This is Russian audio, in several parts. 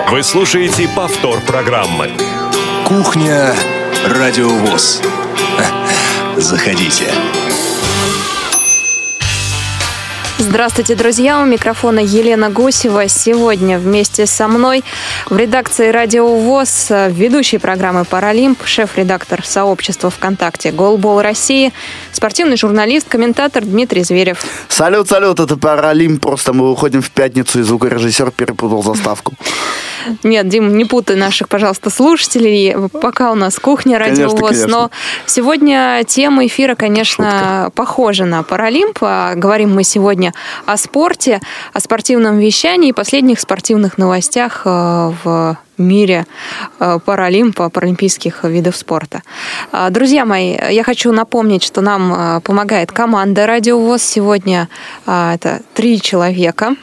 Вы слушаете повтор программы. Кухня Радио ВОС. Заходите. Здравствуйте, друзья! У микрофона Елена Гусева. Сегодня вместе со мной в редакции Радио ВОС ведущий программы «Паралимп», шеф-редактор сообщества ВКонтакте «Голбол России», спортивный журналист, комментатор Дмитрий Зверев. Салют, это «Паралимп», просто мы выходим в пятницу, и звукорежиссер перепутал заставку. Нет, Дим, не путай наших, пожалуйста, слушателей. Пока у нас кухня Радио ВОС. Но сегодня тема эфира, конечно, похожа на Паралимп. Говорим мы сегодня о спорте, о спортивном вещании и последних спортивных новостях в мире паралимпа, паралимпийских видов спорта. Друзья мои, я хочу напомнить, что нам помогает команда Радио ВОС. Сегодня это 3 человека.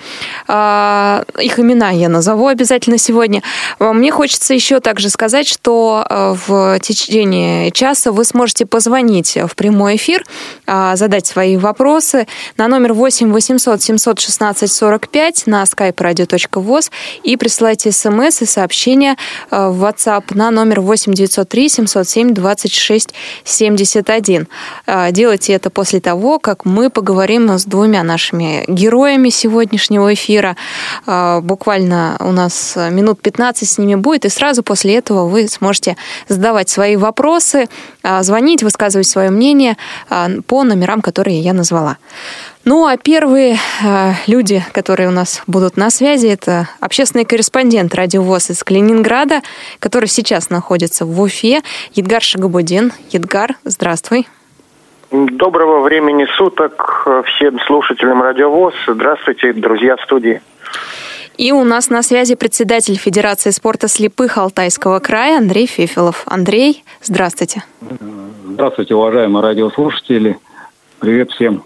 Их имена я назову обязательно сегодня. Мне хочется еще также сказать, что в течение часа вы сможете позвонить в прямой эфир, задать свои вопросы на номер 8 800 716 45 на skype radio.voz и присылайте смс и сообщения в WhatsApp на номер 8 903 707 26 71. Делайте это после того, как мы поговорим с 2 нашими героями сегодняшнего эфира. Буквально у нас минут 15 с ними будет, и сразу после этого вы сможете задавать свои вопросы, звонить, высказывать свое мнение по номерам, которые я назвала. Ну, а первые люди, которые у нас будут на связи, это общественный корреспондент Радио ВОС из Калининграда, который сейчас находится в Уфе, Едгар Шагабудин. Едгар, здравствуй. Доброго времени суток всем слушателям Радио ВОС. Здравствуйте, друзья в студии. И у нас на связи председатель Федерации спорта слепых Алтайского края Андрей Фефелов. Андрей, здравствуйте. Здравствуйте, уважаемые радиослушатели. Привет всем.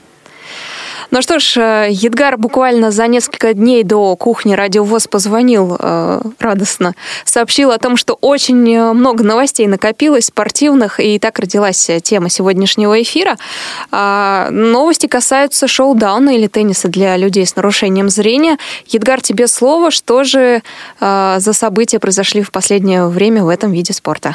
Ну что ж, Едгар буквально за несколько дней до кухни Радио ВОС позвонил радостно, сообщил о том, что очень много новостей накопилось спортивных, и так родилась тема сегодняшнего эфира. Новости касаются шоу-дауна или тенниса для людей с нарушением зрения. Едгар, тебе слово. Что же за события произошли в последнее время в этом виде спорта?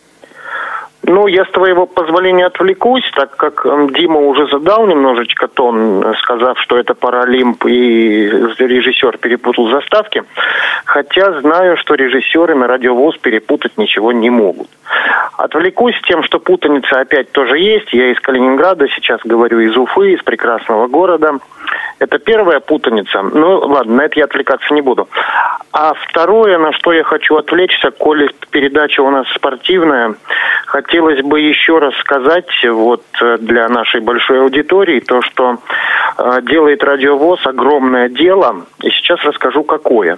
Ну, я с твоего позволения отвлекусь, так как Дима уже задал немножечко тон, сказав, что это Паралимп, и режиссер перепутал заставки. Хотя знаю, что режиссеры на Радио ВОС перепутать ничего не могут. Отвлекусь тем, что путаница опять тоже есть. Я из Калининграда, сейчас говорю из Уфы, из прекрасного города. Это первая путаница. Ну, ладно, на это я отвлекаться не буду. А второе, на что я хочу отвлечься, коли передача у нас спортивная, хотелось бы еще раз сказать вот для нашей большой аудитории то, что делает Радио ВОС огромное дело. И сейчас расскажу, какое.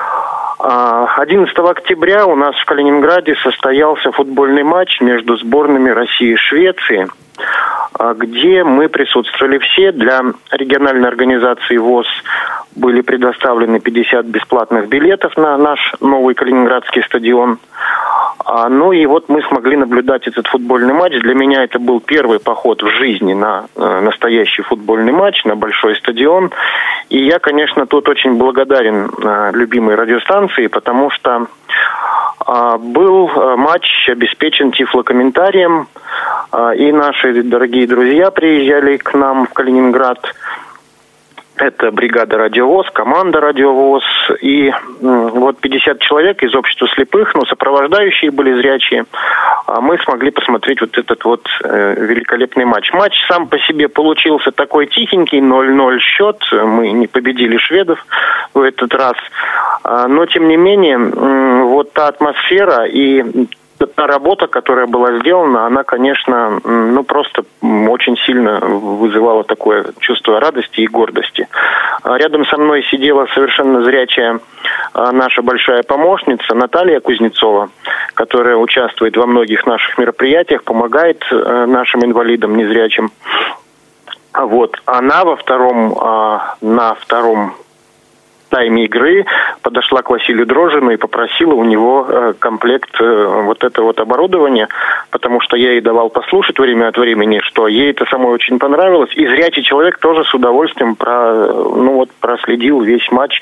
11 октября у нас в Калининграде состоялся футбольный матч между сборными России и Швеции, где мы присутствовали все. Для региональной организации ВОС были предоставлены 50 бесплатных билетов на наш новый Калининградский стадион. Ну и вот мы смогли наблюдать этот футбольный матч. Для меня это был первый поход в жизни на настоящий футбольный матч, на большой стадион. И я, конечно, тут очень благодарен любимой радиостанции, потому что был матч обеспечен тифлокомментарием, и наши дорогие друзья приезжали к нам в Калининград. Это бригада Радио ВОС, команда Радио ВОС, и вот 50 человек из общества слепых, но сопровождающие были зрячие. Мы смогли посмотреть вот этот вот великолепный матч. Матч сам по себе получился такой тихенький, 0-0 счет. Мы не победили шведов в этот раз. Но, тем не менее, вот та атмосфера и та работа, которая была сделана, она, конечно, просто очень сильно вызывала такое чувство радости и гордости. Рядом со мной сидела совершенно зрячая наша большая помощница Наталья Кузнецова, которая участвует во многих наших мероприятиях, помогает нашим инвалидам незрячим. Вот. Она на втором тайме игры подошла к Василию Дрожжину и попросила у него комплект вот этого вот оборудования, потому что я ей давал послушать время от времени, что ей это самой очень понравилось. И зрячий человек тоже с удовольствием проследил весь матч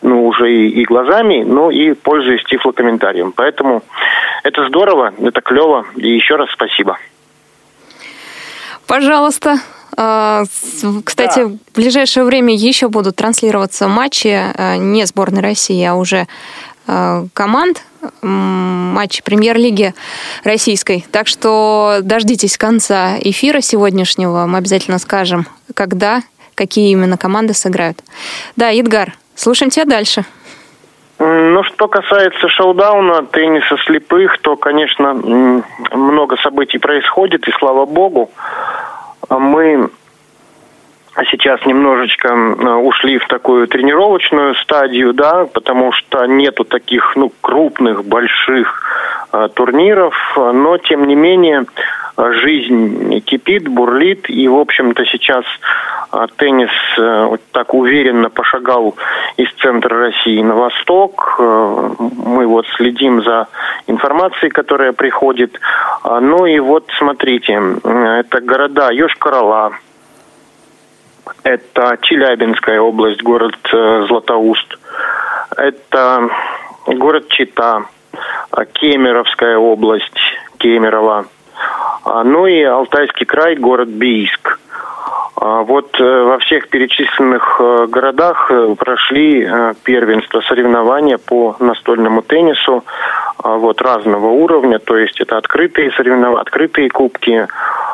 уже и глазами, и пользуюсь тифлокомментарием. Поэтому это здорово, это клево. И еще раз спасибо. Пожалуйста. Кстати, в ближайшее время еще будут транслироваться матчи не сборной России, а уже команд, матчи Премьер-лиги российской. Так что дождитесь конца эфира сегодняшнего. Мы обязательно скажем, когда, какие именно команды сыграют. Да, Едгар, слушаем тебя дальше. Что касается шоу-дауна, тенниса слепых, то, конечно, много событий происходит, и слава богу. Мы сейчас немножечко ушли в такую тренировочную стадию, да, потому что нету таких, крупных, больших турниров, но, тем не менее, жизнь кипит, бурлит, и, в общем-то, сейчас теннис вот так уверенно пошагал из центра России на восток. Мы вот следим за информацией, которая приходит. И вот, смотрите, это города Йошкар-Ола, это Челябинская область, город Златоуст, это город Чита, Кемеровская область, Кемерово, и Алтайский край, город Бийск. Вот во всех перечисленных городах прошли первенства, соревнования по настольному теннису разного уровня, то есть это открытые соревнования, открытые кубки,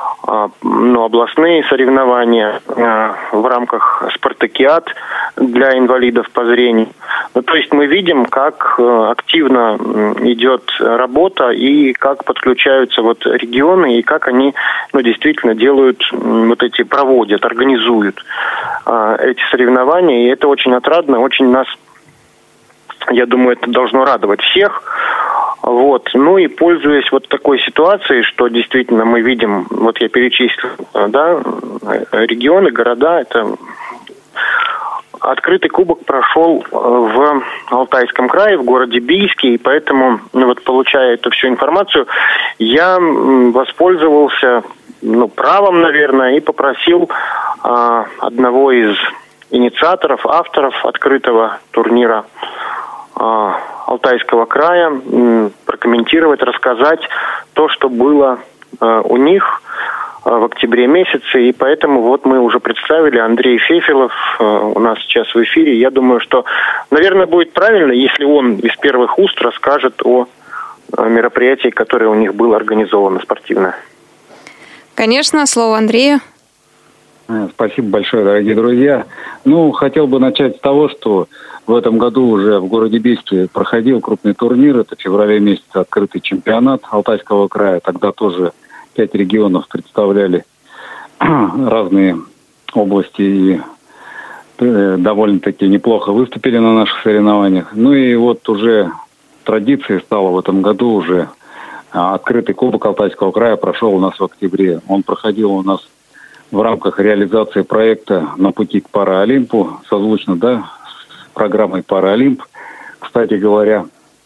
областные соревнования в рамках спартакиад для инвалидов по зрению. То есть мы видим, как активно идет работа и как подключаются регионы и как они действительно делают проводят, организуют эти соревнования. И это очень отрадно, очень нас, я думаю, это должно радовать всех. И пользуясь такой ситуацией, что действительно мы видим, я перечислил, регионы, города, это открытый кубок прошел в Алтайском крае, в городе Бийске, и поэтому, получая эту всю информацию, я воспользовался, правом, наверное, и попросил одного из инициаторов, авторов открытого турнира Алтайского края прокомментировать, рассказать то, что было у них в октябре месяце. И поэтому мы уже представили, Андрей Фефелов у нас сейчас в эфире. Я думаю, что, наверное, будет правильно, если он из первых уст расскажет о мероприятии, которое у них было организовано, спортивное. Конечно, слово Андрею. Спасибо большое, дорогие друзья. Хотел бы начать с того, что в этом году уже в городе Бийске проходил крупный турнир. Это в феврале месяце открытый чемпионат Алтайского края. Тогда тоже 5 регионов представляли разные области и довольно-таки неплохо выступили на наших соревнованиях. И уже традицией стало в этом году уже открытый кубок Алтайского края прошел у нас в октябре. Он проходил у нас в рамках реализации проекта «На пути к Паралимпу», созвучно, с программой «Паралимп». Кстати говоря,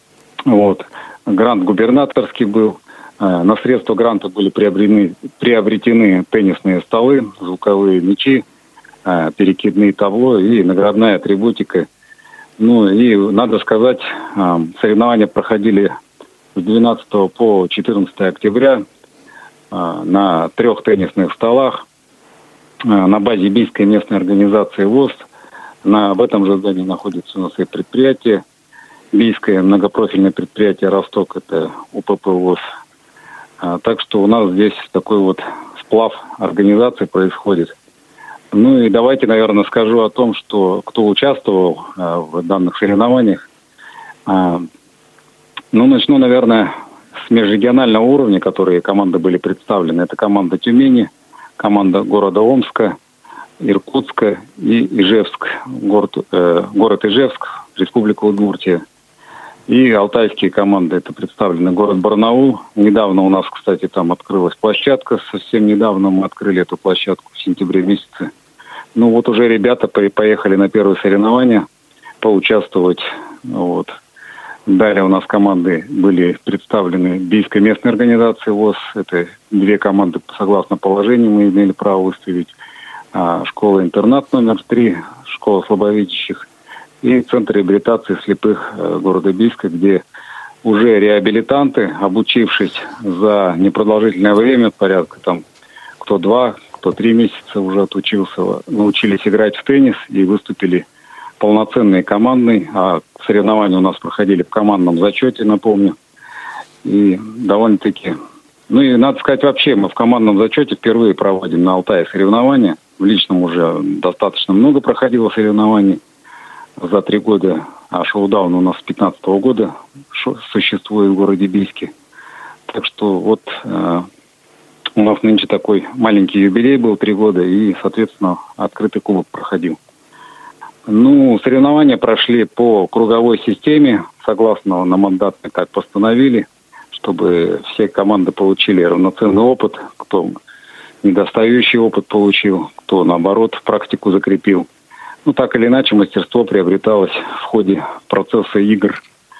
грант губернаторский был. На средства гранта были приобретены теннисные столы, звуковые мячи, перекидные табло и наградная атрибутика. И надо сказать, соревнования проходили с 12 по 14 октября на 3 теннисных столах на базе Бийской местной организации ВОС. В этом же здании находится у нас и предприятие Бийское многопрофильное предприятие «Росток», это УПП ВОС. Так что у нас здесь такой сплав организаций происходит. И давайте, наверное, скажу о том, что кто участвовал в данных соревнованиях. Начну, наверное, с межрегионального уровня, которые команды были представлены. Это команда Тюмени, команда города Омска, Иркутска и Ижевск, город Ижевск, Республика Удмуртия. И алтайские команды, это представлены город Барнаул. Недавно у нас, кстати, там открылась площадка, совсем недавно мы открыли эту площадку в сентябре месяце. Уже ребята поехали на первые соревнования поучаствовать. Далее у нас команды были представлены Бийской местной организации ВОС. Это 2 команды, согласно положению, мы имели право выставить. Школа-интернат номер 3, школа слабовидящих. и Центр реабилитации слепых города Бийска, где уже реабилитанты, обучившись за непродолжительное время, порядка там кто 2, кто 3 месяца уже отучился, научились играть в теннис и выступили полноценные командные, а соревнования у нас проходили в командном зачете, напомню. И довольно-таки... Ну и надо сказать, вообще мы в командном зачете впервые проводим на Алтае соревнования. В личном уже достаточно много проходило соревнований за 3 года. А шоу-даун у нас с 2015 года существует в городе Бийске. Так что вот у нас нынче такой маленький юбилей был 3 года, и, соответственно, открытый кубок проходил. Ну, соревнования прошли по круговой системе, согласно на мандатной так постановили, чтобы все команды получили равноценный опыт, кто недостающий опыт получил, кто, наоборот, практику закрепил. Ну, так или иначе, мастерство приобреталось в ходе процесса игр.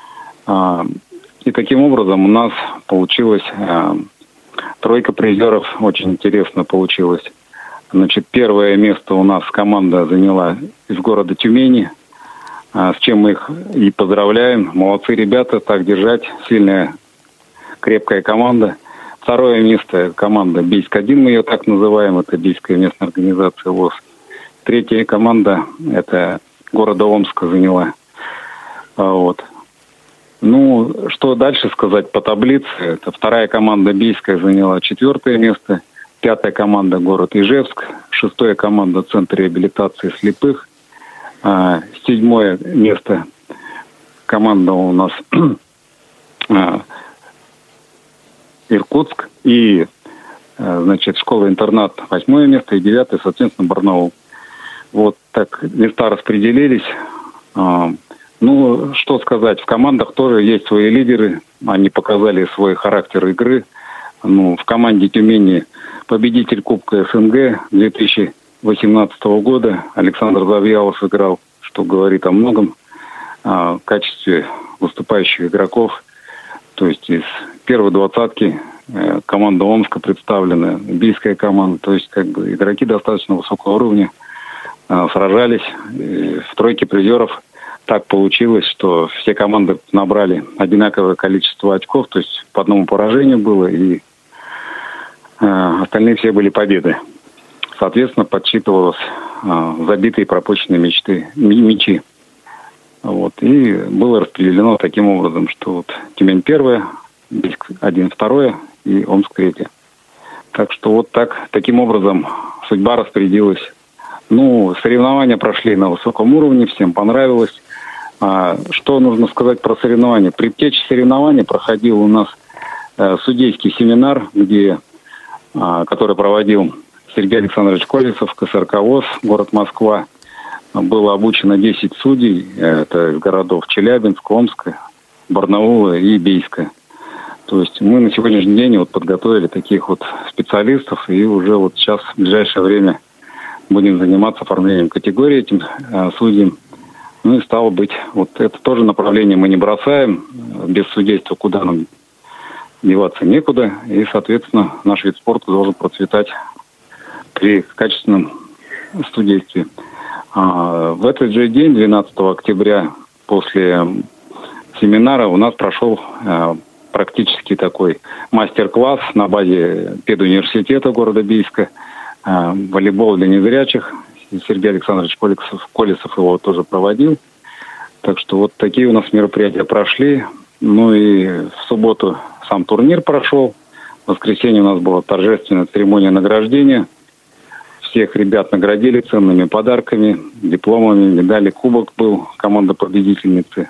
И таким образом у нас получилось 3 призеров, очень интересно получилось. Значит, первое место у нас команда заняла из города Тюмени, с чем мы их и поздравляем. Молодцы ребята, так держать, сильная, крепкая команда. Второе место команда Бийск-1, мы ее так называем, это Бийская местная организация ВОС. Третья команда, это города Омска заняла. Вот. Ну, что дальше сказать по таблице? Это вторая команда Бийская заняла 4 место. 5-я команда город Ижевск, 6-я команда Центр реабилитации слепых, 7-е место команда у нас Иркутск и, значит, школа-интернат 8-е место и 9-е, соответственно, Барнаул. Вот так места распределились. Ну, что сказать, в командах тоже есть свои лидеры, они показали свой характер игры. Ну, в команде Тюмени победитель Кубка СНГ 2018 года Александр Завьялов играл, что говорит о многом, в качестве выступающих игроков. То есть из первой 20-ки команда Омска представлена, Бийская команда. То есть как бы игроки достаточно высокого уровня сражались. И в 3 призеров так получилось, что все команды набрали одинаковое количество очков, то есть по одному поражению было, и остальные все были победы. Соответственно, подсчитывалось забитые и пропущенные мячи. Вот. И было распределено таким образом, что вот Тюмень 1, Бийск 1, 2 и Омск 3. Так что вот таким образом судьба распорядилась. Ну, соревнования прошли на высоком уровне, всем понравилось. Что нужно сказать про соревнования? При предтече соревнований проходил у нас судейский семинар, который проводил Сергей Александрович Колесов, КСРК ВОС, город Москва. Было обучено 10 судей, это из городов Челябинска, Омска, Барнаула и Бийска. То есть мы на сегодняшний день вот подготовили таких вот специалистов, и уже вот сейчас, в ближайшее время, будем заниматься оформлением категории этим судьям. Ну и стало быть, вот это тоже направление мы не бросаем. Без судейства куда нам деваться некуда. И, соответственно, наш вид спорта должен процветать при качественном судействе. В этот же день, 12 октября, после семинара у нас прошел практически такой мастер-класс на базе педуниверситета города Бийска. Волейбол для незрячих. Сергей Александрович Колесов его тоже проводил. Так что вот такие у нас мероприятия прошли. Ну и в субботу сам турнир прошел. В воскресенье у нас была торжественная церемония награждения. Всех ребят наградили ценными подарками, дипломами, медали, кубок был, команда победительницы.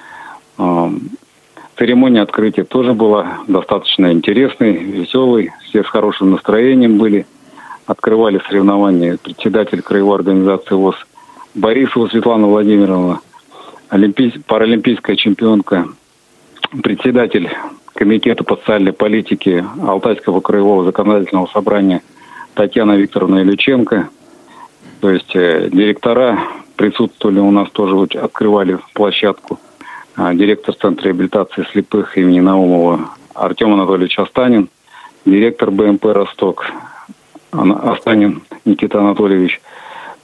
Церемония открытия тоже была достаточно интересной, веселой. Все с хорошим настроением были. Открывали соревнования председатель краевой организации ВОС Борисова Светлана Владимировна, паралимпийская чемпионка, председатель комитета по социальной политике Алтайского краевого законодательного собрания Татьяна Викторовна Илюченко. То есть директора присутствовали у нас тоже, открывали площадку. Директор Центра реабилитации слепых имени Наумова Артем Анатольевич Останин, директор БМП «Росток» Останин Никита Анатольевич.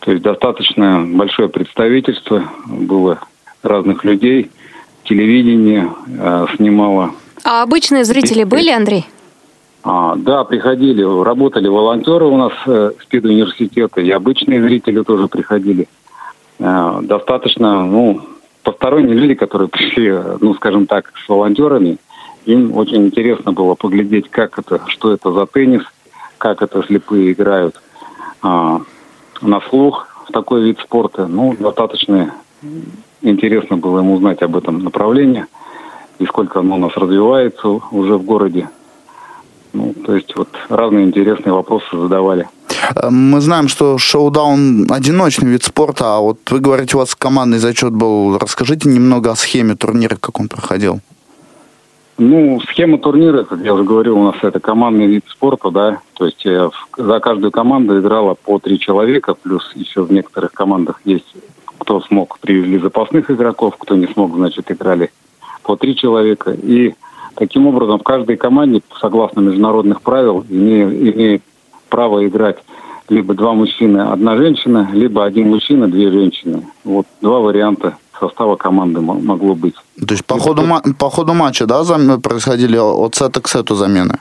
То есть достаточно большое представительство было разных людей, телевидение снимало. А обычные зрители были, Андрей? Да, приходили, работали волонтеры у нас с педуниверситета, и обычные зрители тоже приходили. Достаточно, посторонние люди, которые пришли, скажем так, с волонтерами, им очень интересно было поглядеть, что это за теннис, как это слепые играют на слух в такой вид спорта. Достаточно интересно было им узнать об этом направлении и сколько оно у нас развивается уже в городе. То есть разные интересные вопросы задавали. Мы знаем, что шоу-даун одиночный вид спорта, а вы говорите, у вас командный зачет был. Расскажите немного о схеме турнира, как он проходил. Схема турнира, как я уже говорил, у нас это командный вид спорта, да. То есть за каждую команду играло по 3 человека, плюс еще в некоторых командах есть, кто смог, привезли запасных игроков, кто не смог, значит, играли по 3 человека. И таким образом в каждой команде, согласно международных правил, имеет право играть либо 2 мужчины, 1 женщина, либо 1 мужчина, 2 женщины. 2 варианта состава команды могло быть. То есть по ходу матча, да, происходили от сета к сету замены?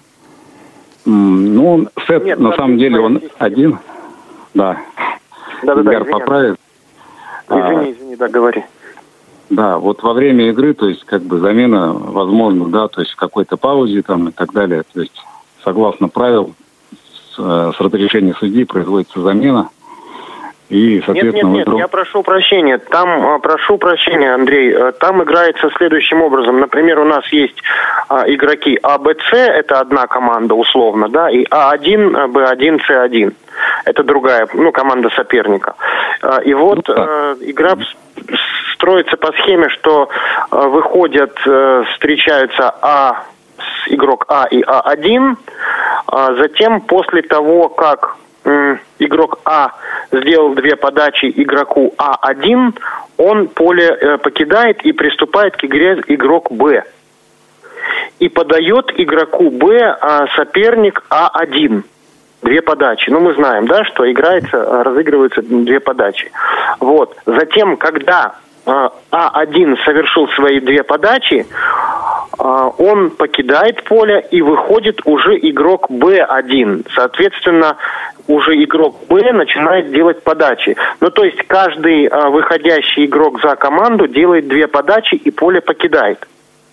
Сет, нет, на самом деле, он один. Да. Да, поправит. Извини, говори. Да, во время игры, то есть, замена возможна, да, то есть в какой-то паузе там и так далее. То есть, согласно правил, с разрешения судьи производится замена. И, соответственно, Нет, я прошу прощения. Прошу прощения, Андрей, там играется следующим образом. Например, у нас есть игроки А, Б, С, это одна команда условно, да, и А1, Б1, С1. Это другая, команда соперника. И игра строится по схеме, что выходят, встречаются игрок А и А1, затем после того, как игрок А сделал 2 подачи игроку А1, он поле покидает и приступает к игре игрок Б. И подает игроку Б соперник А1. 2 подачи. Мы знаем, да, что разыгрываются 2 подачи. Затем, когда А1 совершил свои 2 подачи, он покидает поле и выходит уже игрок Б1. Соответственно, уже игрок Б начинает делать подачи. То есть каждый выходящий игрок за команду делает 2 подачи и поле покидает.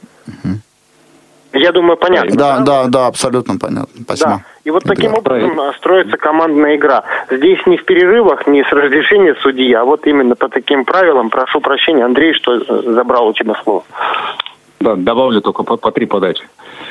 Я думаю, понятно. Да, абсолютно понятно. Спасибо. Да. И таким образом строится командная игра. Здесь не в перерывах, не с разрешения судьи, а именно по таким правилам. Прошу прощения, Андрей, что забрал у тебя слово. Да, добавлю только по 3 подачи.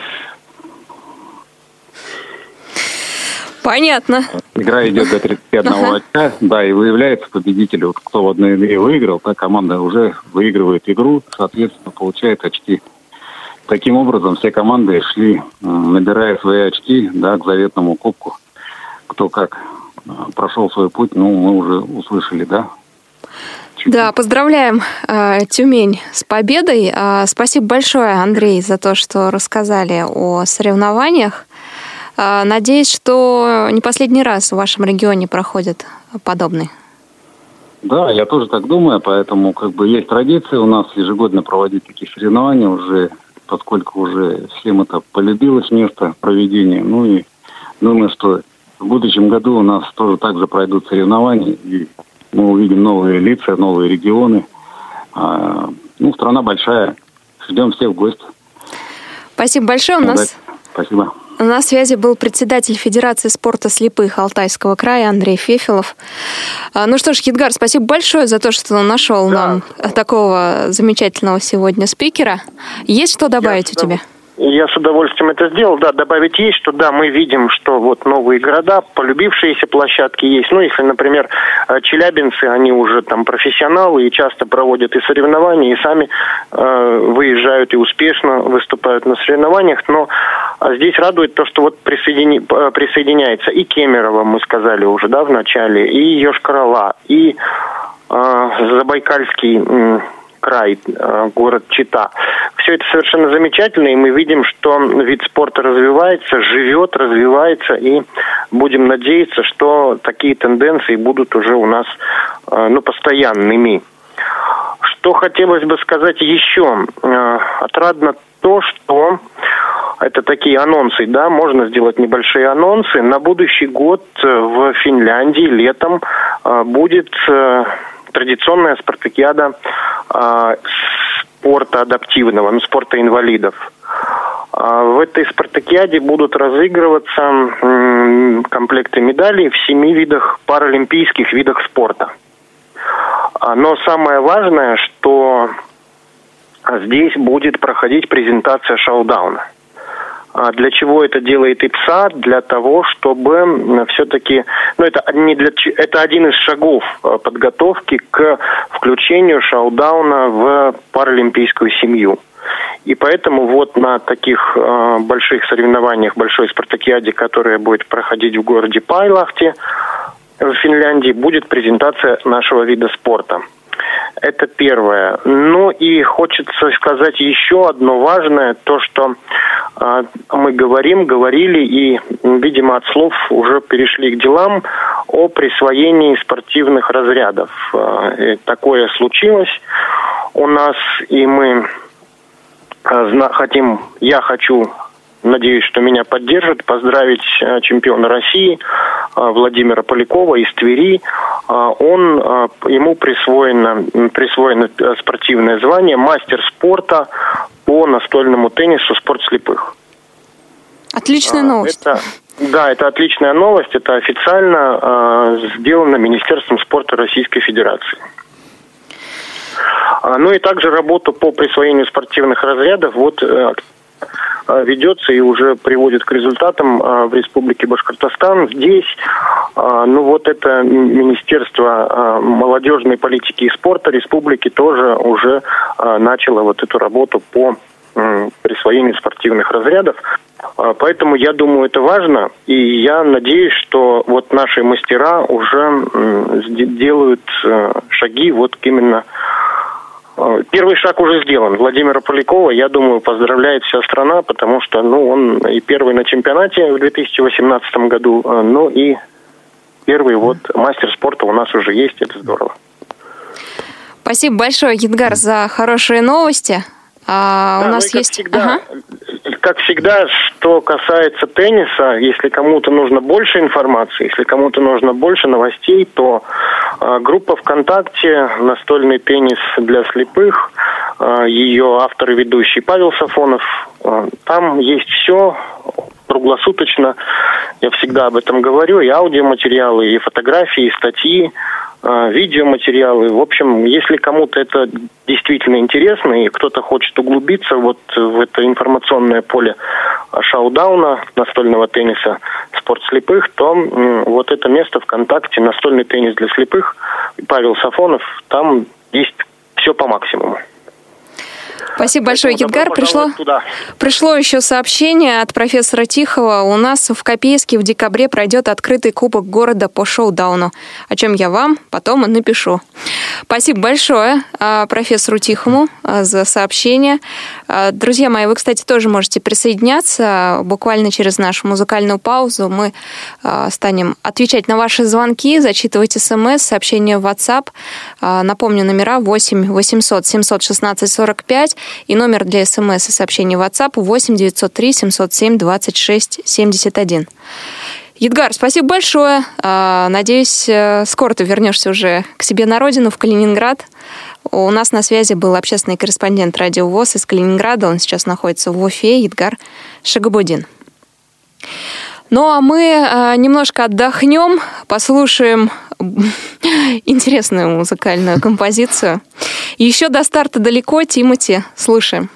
Понятно. Игра идет до 31 очка, да, и выявляется победитель. Кто в одной игре выиграл, та команда уже выигрывает игру, соответственно, получает очки. Таким образом, все команды шли, набирая свои очки, да, к заветному кубку. Кто как прошел свой путь, мы уже услышали, да. Да, поздравляем Тюмень с победой. Спасибо большое, Андрей, за то, что рассказали о соревнованиях. Надеюсь, что не последний раз в вашем регионе проходят подобные. Да, я тоже так думаю, поэтому есть традиция у нас ежегодно проводить такие соревнования уже, поскольку уже всем это полюбилось место проведения. И думаю, что в будущем году у нас тоже так же пройдут соревнования, и мы увидим новые лица, новые регионы. Страна большая. Ждем всех в гости. Спасибо большое. Спасибо. На связи был председатель Федерации спорта слепых Алтайского края Андрей Фефелов. Что ж, Едгар, спасибо большое за то, что нашел нам такого замечательного сегодня спикера. Есть что добавить у тебя? Я с удовольствием это сделал. Да, добавить есть, что мы видим, что новые города, полюбившиеся площадки есть. Если, например, челябинцы, они уже там профессионалы и часто проводят и соревнования, и сами выезжают и успешно выступают на соревнованиях. Но здесь радует то, что присоединяется и Кемерово, мы сказали уже, да, в начале, и Йошкар-Ола, и Забайкальский край, город Чита. все это совершенно замечательно, и мы видим, что вид спорта развивается, живет, развивается, и будем надеяться, что такие тенденции будут уже у нас постоянными. Что хотелось бы сказать еще? Отрадно то, что это такие анонсы, да, можно сделать небольшие анонсы. На будущий год в Финляндии летом будет традиционная спартакиада спорта адаптивного, спорта инвалидов. В этой спартакиаде будут разыгрываться комплекты медалей в 7 видах паралимпийских видах спорта. Но самое важное, что здесь будет проходить презентация шоудауна. Для чего это делает ИПСА? Для того, чтобы все-таки... это один из шагов подготовки к включению шоудауна в паралимпийскую семью. И поэтому вот на таких больших соревнованиях, большой спартакиаде, которая будет проходить в городе Пайлахте, в Финляндии, будет презентация нашего вида спорта. Это первое. И хочется сказать еще одно важное, то, что мы говорили и, видимо, от слов уже перешли к делам о присвоении спортивных разрядов. Такое случилось у нас, и я хочу, надеюсь, что меня поддержат, поздравить чемпиона России Владимира Полякова из Твери. Ему присвоено спортивное звание мастер спорта по настольному теннису «Спорт слепых». Отличная новость. Это отличная новость. Это официально сделано Министерством спорта Российской Федерации. И также работа по присвоению спортивных разрядов ведется и уже приводит к результатам в Республике Башкортостан. Здесь, это Министерство молодежной политики и спорта Республики тоже уже начало эту работу по присвоению спортивных разрядов. Поэтому я думаю, это важно, и я надеюсь, что наши мастера уже делают шаги именно. Первый шаг уже сделан. Владимира Полякова, я думаю, поздравляет вся страна, потому что, он и первый на чемпионате в 2018 году, и первый мастер спорта у нас уже есть, это здорово. Спасибо большое, Едгар, за хорошие новости. У нас есть... Как всегда, что касается тенниса, если кому-то нужно больше информации, если кому-то нужно больше новостей, то группа ВКонтакте «Настольный теннис для слепых», ее автор и ведущий Павел Сафонов, там есть все круглосуточно, я всегда об этом говорю, и аудиоматериалы, и фотографии, и статьи, видеоматериалы. В общем, если кому-то это действительно интересно, и кто-то хочет углубиться в это информационное поле шоудауна, настольного тенниса, спорт слепых, то это место ВКонтакте «Настольный теннис для слепых», Павел Сафонов, там есть все по максимуму. Спасибо большое, Едгар. Пришло еще сообщение от профессора Тихого. У нас в Копейске в декабре пройдет открытый кубок города по шоудауну, о чем я вам потом напишу. Спасибо большое профессору Тихому за сообщение. Друзья мои, вы, кстати, тоже можете присоединяться. Буквально через нашу музыкальную паузу мы станем отвечать на ваши звонки, зачитывать смс, сообщения в WhatsApp. Напомню, номера 8 800 716 45 и номер для смс и сообщений в WhatsApp 8 903 707 26 71. Едгар, спасибо большое. Надеюсь, скоро ты вернешься уже к себе на родину, в Калининград. У нас на связи был общественный корреспондент Радио ВОС из Калининграда. Он сейчас находится в Уфе, Едгар Шагабудин. А мы немножко отдохнем, послушаем интересную музыкальную композицию. Еще до старта далеко, Тимати. Слушаем.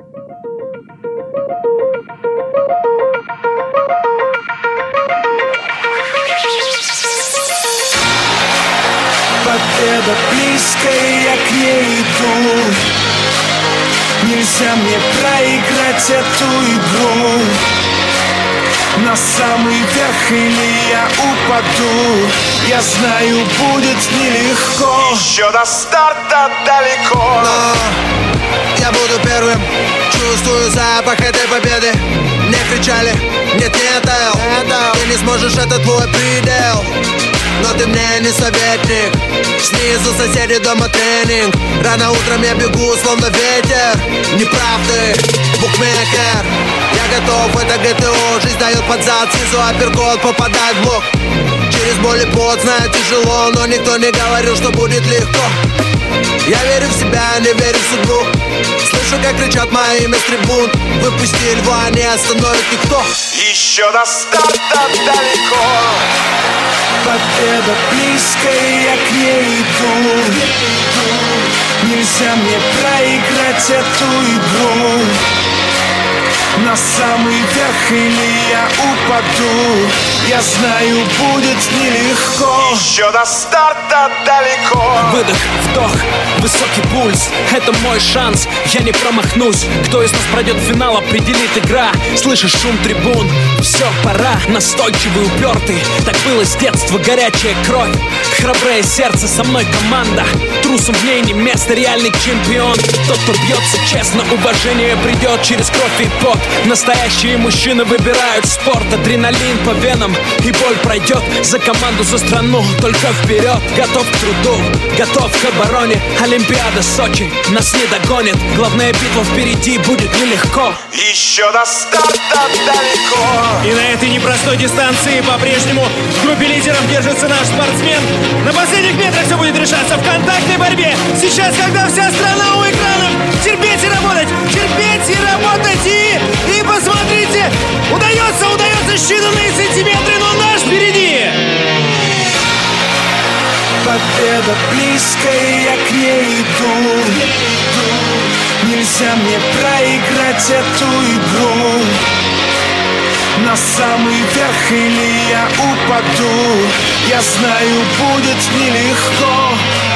Победа близкая, я к ней иду. Нельзя мне проиграть эту игру. На самый верх или я упаду. Я знаю, будет нелегко. Еще до старта далеко. Но я буду первым. чувствую запах этой победы. Мне кричали, нет, нет, Эл, ты не сможешь, это твой предел. Но ты мне не советник. Снизу соседи, дома тренинг. Рано утром я бегу, словно ветер. Неправды, букмекер. Я готов, это ГТО. Жизнь дает под зад, снизу апперкот, попадает в блок. Через боль и пот, знаю, тяжело, но никто не говорил, что будет легко. Я верю в себя, не верю в судьбу. Слышу, как кричат мое имя с трибун. Выпусти льва, не остановит никто. Еще до старта далеко. Победа близкая, я к ней иду. Нельзя мне проиграть эту игру. На самый верх или я упаду. Я знаю, будет нелегко. Еще до старта далеко. Выдох, вдох, высокий пульс. Это мой шанс, я не промахнусь. Кто из нас пройдет в финал, определит игра. Слышишь шум трибун, все, пора. Настойчивый, упертый, так было с детства. Горячая кровь, храброе сердце, со мной команда. Трусом в ней не место, реальный чемпион. Тот, кто бьется честно, уважение придет через кровь и пот. Настоящие мужчины выбирают спорт. Адреналин по венам и боль пройдет. За команду, за страну, только вперед. Готов к труду, готов к обороне. Олимпиада, Сочи, нас не догонит. Главная битва впереди, будет нелегко. Еще до старта далеко. И на этой непростой дистанции по-прежнему в группе лидеров держится наш спортсмен. На последних метрах все будет решаться в контактной борьбе. Сейчас, когда вся страна у экранов, терпеть и работать, и посмотрите, удается считанные сантиметры, но наш впереди. Победа близкая, я к ней иду. Нельзя мне проиграть эту игру. На самый верх или я упаду. Я знаю, будет нелегко.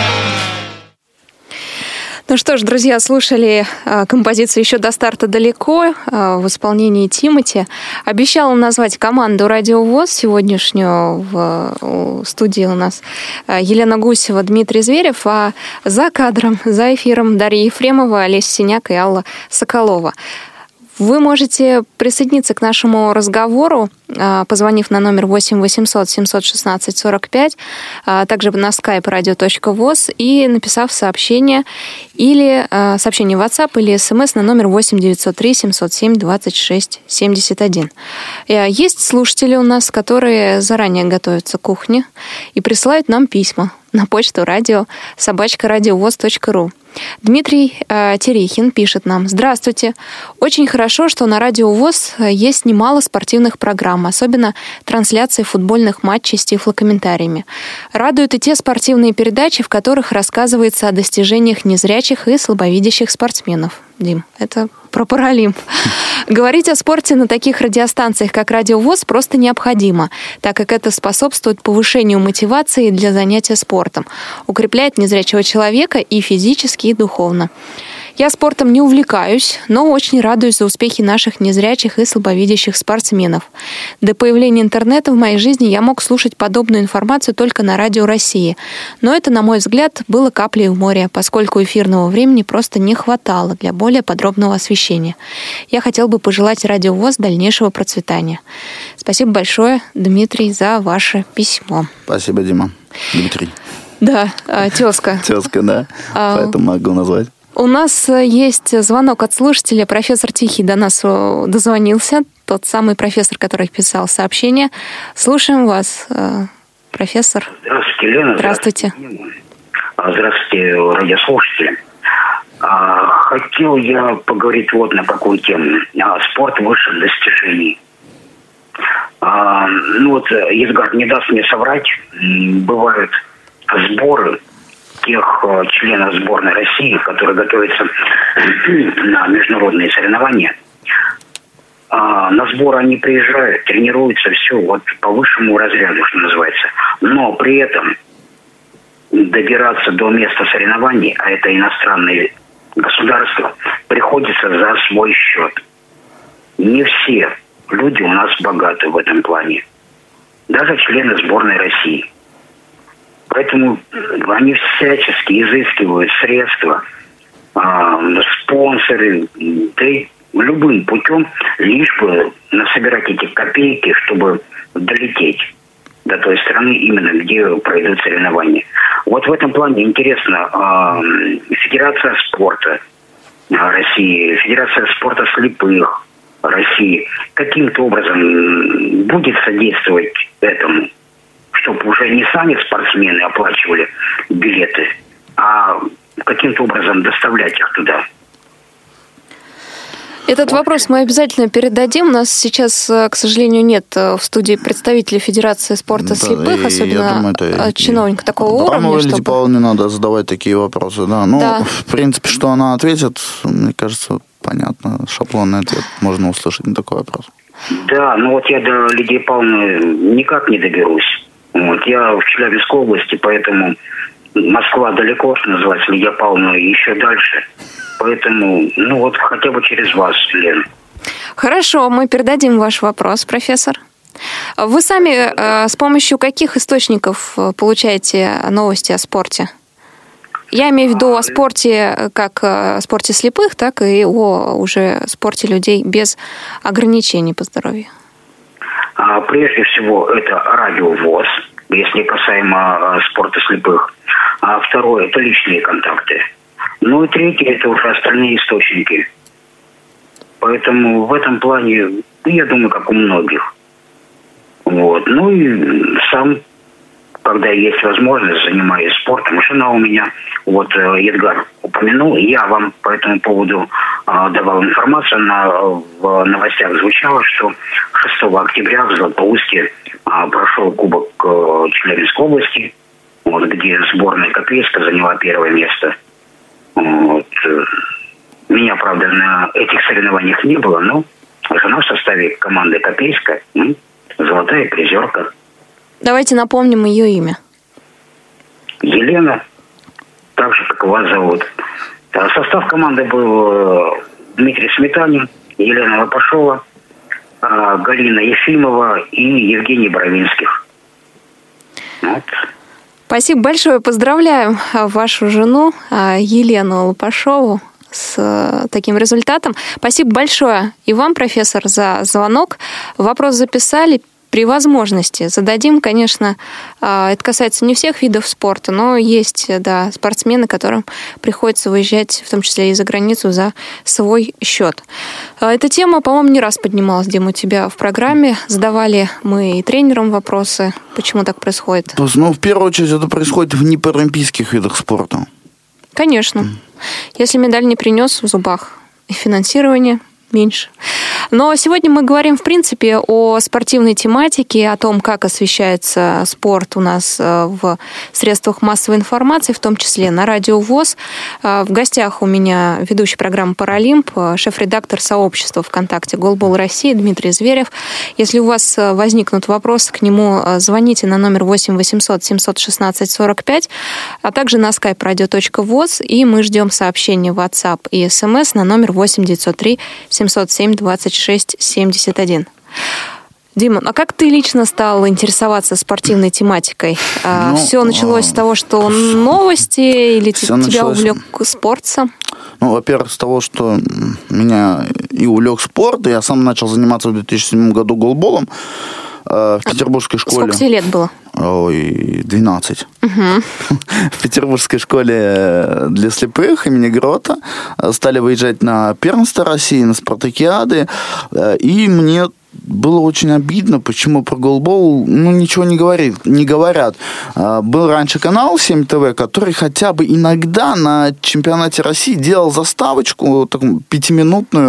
Ну что ж, друзья, слушали композицию «Еще до старта далеко» в исполнении Тимати. Обещала назвать команду «Радио ВОС» сегодняшнюю. В студии у нас Елена Гусева, Дмитрий Зверев, а за кадром, за эфиром Дарья Ефремова, Олеся Синяк и Алла Соколова. Вы можете присоединиться к нашему разговору, позвонив на номер 8 800 716 45, также на skype radio.voz и написав сообщение или сообщение в WhatsApp или смс на номер 8 903 707 26 71. Есть слушатели у нас, которые заранее готовятся к кухне и присылают нам письма на почту radio@radiovoz.ru. Дмитрий Терехин пишет нам: «Здравствуйте. Очень хорошо, что на Радио ВОС есть немало спортивных программ, особенно трансляции футбольных матчей с тифлокомментариями. Радуют и те спортивные передачи, в которых рассказывается о достижениях незрячих и слабовидящих спортсменов». Дим, это про Паралимп. Говорить о спорте на таких радиостанциях, как Радио ВОС, просто необходимо, так как это способствует повышению мотивации для занятия спортом, укрепляет незрячего человека и физически, и духовно. Я спортом не увлекаюсь, но очень радуюсь за успехи наших незрячих и слабовидящих спортсменов. До появления интернета в моей жизни я мог слушать подобную информацию только на Радио России. Но это, на мой взгляд, было каплей в море, поскольку эфирного времени просто не хватало для более подробного освещения. Я хотел бы пожелать Радио ВОС дальнейшего процветания. Спасибо большое, Дмитрий, за ваше письмо. Спасибо, Дима. Дмитрий. Да, тезка. Тезка, да. Поэтому могу назвать. У нас есть звонок от слушателя. Профессор Тихий до нас дозвонился. Тот самый профессор, который писал сообщение. Слушаем вас, профессор. Здравствуйте, Лена. Здравствуйте. Здравствуйте, радиослушатели. Хотел я поговорить вот на какую тему. Спорт высших достижений. Едгар не даст мне соврать. Бывают сборы тех членов сборной России, которые готовятся на международные соревнования. На сборы они приезжают, тренируются, все, вот по высшему разряду, что называется. Но при этом добираться до места соревнований, а это иностранные государства, приходится за свой счет. Не все люди у нас богаты в этом плане. Даже члены сборной России. Поэтому они всячески изыскивают средства, спонсоры, да и любым путем, лишь бы насобирать эти копейки, чтобы долететь до той страны, именно где пройдут соревнования. Вот в этом плане интересно, Федерация спорта России, Федерация спорта слепых России каким-то образом будет содействовать этому, чтобы уже не сами спортсмены оплачивали билеты, а каким-то образом доставлять их туда. Этот вопрос мы обязательно передадим. У нас сейчас, к сожалению, нет в студии представителей Федерации спорта слепых, особенно чиновника такого уровня. Лидии Павловне надо задавать такие вопросы. Да. Ну, в принципе, что она ответит, мне кажется, понятно. Шаблонный ответ можно услышать на такой вопрос. Да, ну вот я до Лидии Павловны никак не доберусь. Вот, я в Челябинской области, поэтому Москва далеко, что называется, Лидия Павловна еще дальше. Поэтому, ну вот хотя бы через вас, Лена. Хорошо, мы передадим ваш вопрос, профессор. Вы сами с помощью каких источников получаете новости о спорте? Я имею в виду о спорте, как о спорте слепых, так и о уже спорте людей без ограничений по здоровью. Прежде всего, это радио ВОС, если касаемо спорта слепых. А второе, это личные контакты. Ну и третье, это уже остальные источники. Поэтому в этом плане, я думаю, как у многих. Вот. Ну и сам, когда есть возможность, занимаюсь спортом. Жена у меня, вот Едгар упомянул, я вам по этому поводу давал информацию, в новостях звучало, что 6 октября в Златоусте прошел Кубок Челябинской области, вот, где сборная Копейска заняла первое место. Вот. Меня, правда, на этих соревнованиях не было, но жена в составе команды Копейска, золотая призерка. Давайте напомним ее имя. Елена, так же, как вас зовут. Состав команды был Дмитрий Сметанин, Елена Лопашова, Галина Ефимова и Евгений Боровинских. Вот. Спасибо большое. Поздравляем вашу жену Елену Лопашову с таким результатом. Спасибо большое и вам, профессор, за звонок. Вопрос записали. При возможности зададим, конечно, это касается не всех видов спорта, но есть, да, спортсмены, которым приходится выезжать, в том числе и за границу, за свой счет. Эта тема, по-моему, не раз поднималась, Дима, у тебя в программе. Задавали мы и тренерам вопросы, почему так происходит. Ну, в первую очередь, это происходит в непаралимпийских видах спорта. Конечно. Если медаль не принес в зубах, и финансирование меньше. Но сегодня мы говорим, в принципе, о спортивной тематике, о том, как освещается спорт у нас в средствах массовой информации, в том числе на радио ВОС. В гостях у меня ведущий программы «Паралимп», шеф-редактор сообщества ВКонтакте «Голбол России» Дмитрий Зверев. Если у вас возникнут вопросы к нему, звоните на номер 8 800 716 45, а также на skype radio.voz, и мы ждем сообщения в WhatsApp и СМС на номер 8 903 707 26 71. Дима, а как ты лично стал интересоваться спортивной тематикой? Все началось с того, что новости, или тебя увлек спортом? Ну, во-первых, с того, что меня и увлек спорт, я сам начал заниматься в 2007 году голболом в петербургской школе. Сколько тебе лет было? Ой, 12. В петербургской школе для слепых имени Грота стали выезжать на первенство России, на спартакиады, и мне было очень обидно, почему про голбол ничего не говорят. Был раньше канал 7 ТВ, который хотя бы иногда на чемпионате России делал заставочку, такую пятиминутную,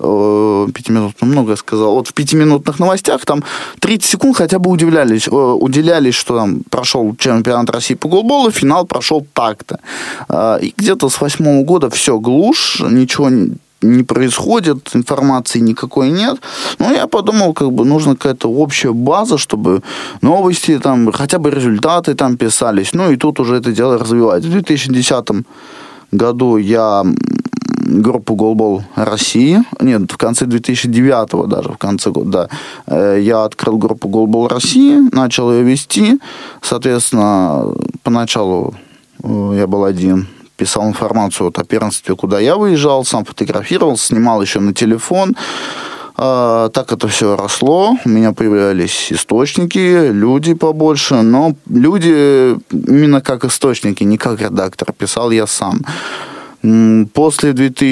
много я сказал, вот в 5-минутных новостях там 30 секунд хотя бы уделялись, что там прошел чемпионат России по голболу, финал прошел так-то. И где-то с 2008 года все глушь, ничего не происходит, информации никакой нет. Ну, я подумал, нужна какая-то общая база, чтобы новости, там, хотя бы результаты там писались. Ну, и тут уже это дело развивается. В 2010 году я группу «Голбол России», в конце 2009 даже, в конце года, да, я открыл группу «Голбол России», начал ее вести. Соответственно, поначалу я был один. писал информацию о первенстве, куда я выезжал, сам фотографировал, снимал еще на телефон. Так это все росло, у меня появлялись источники, люди побольше, но люди именно как источники, не как редактор, писал я сам. После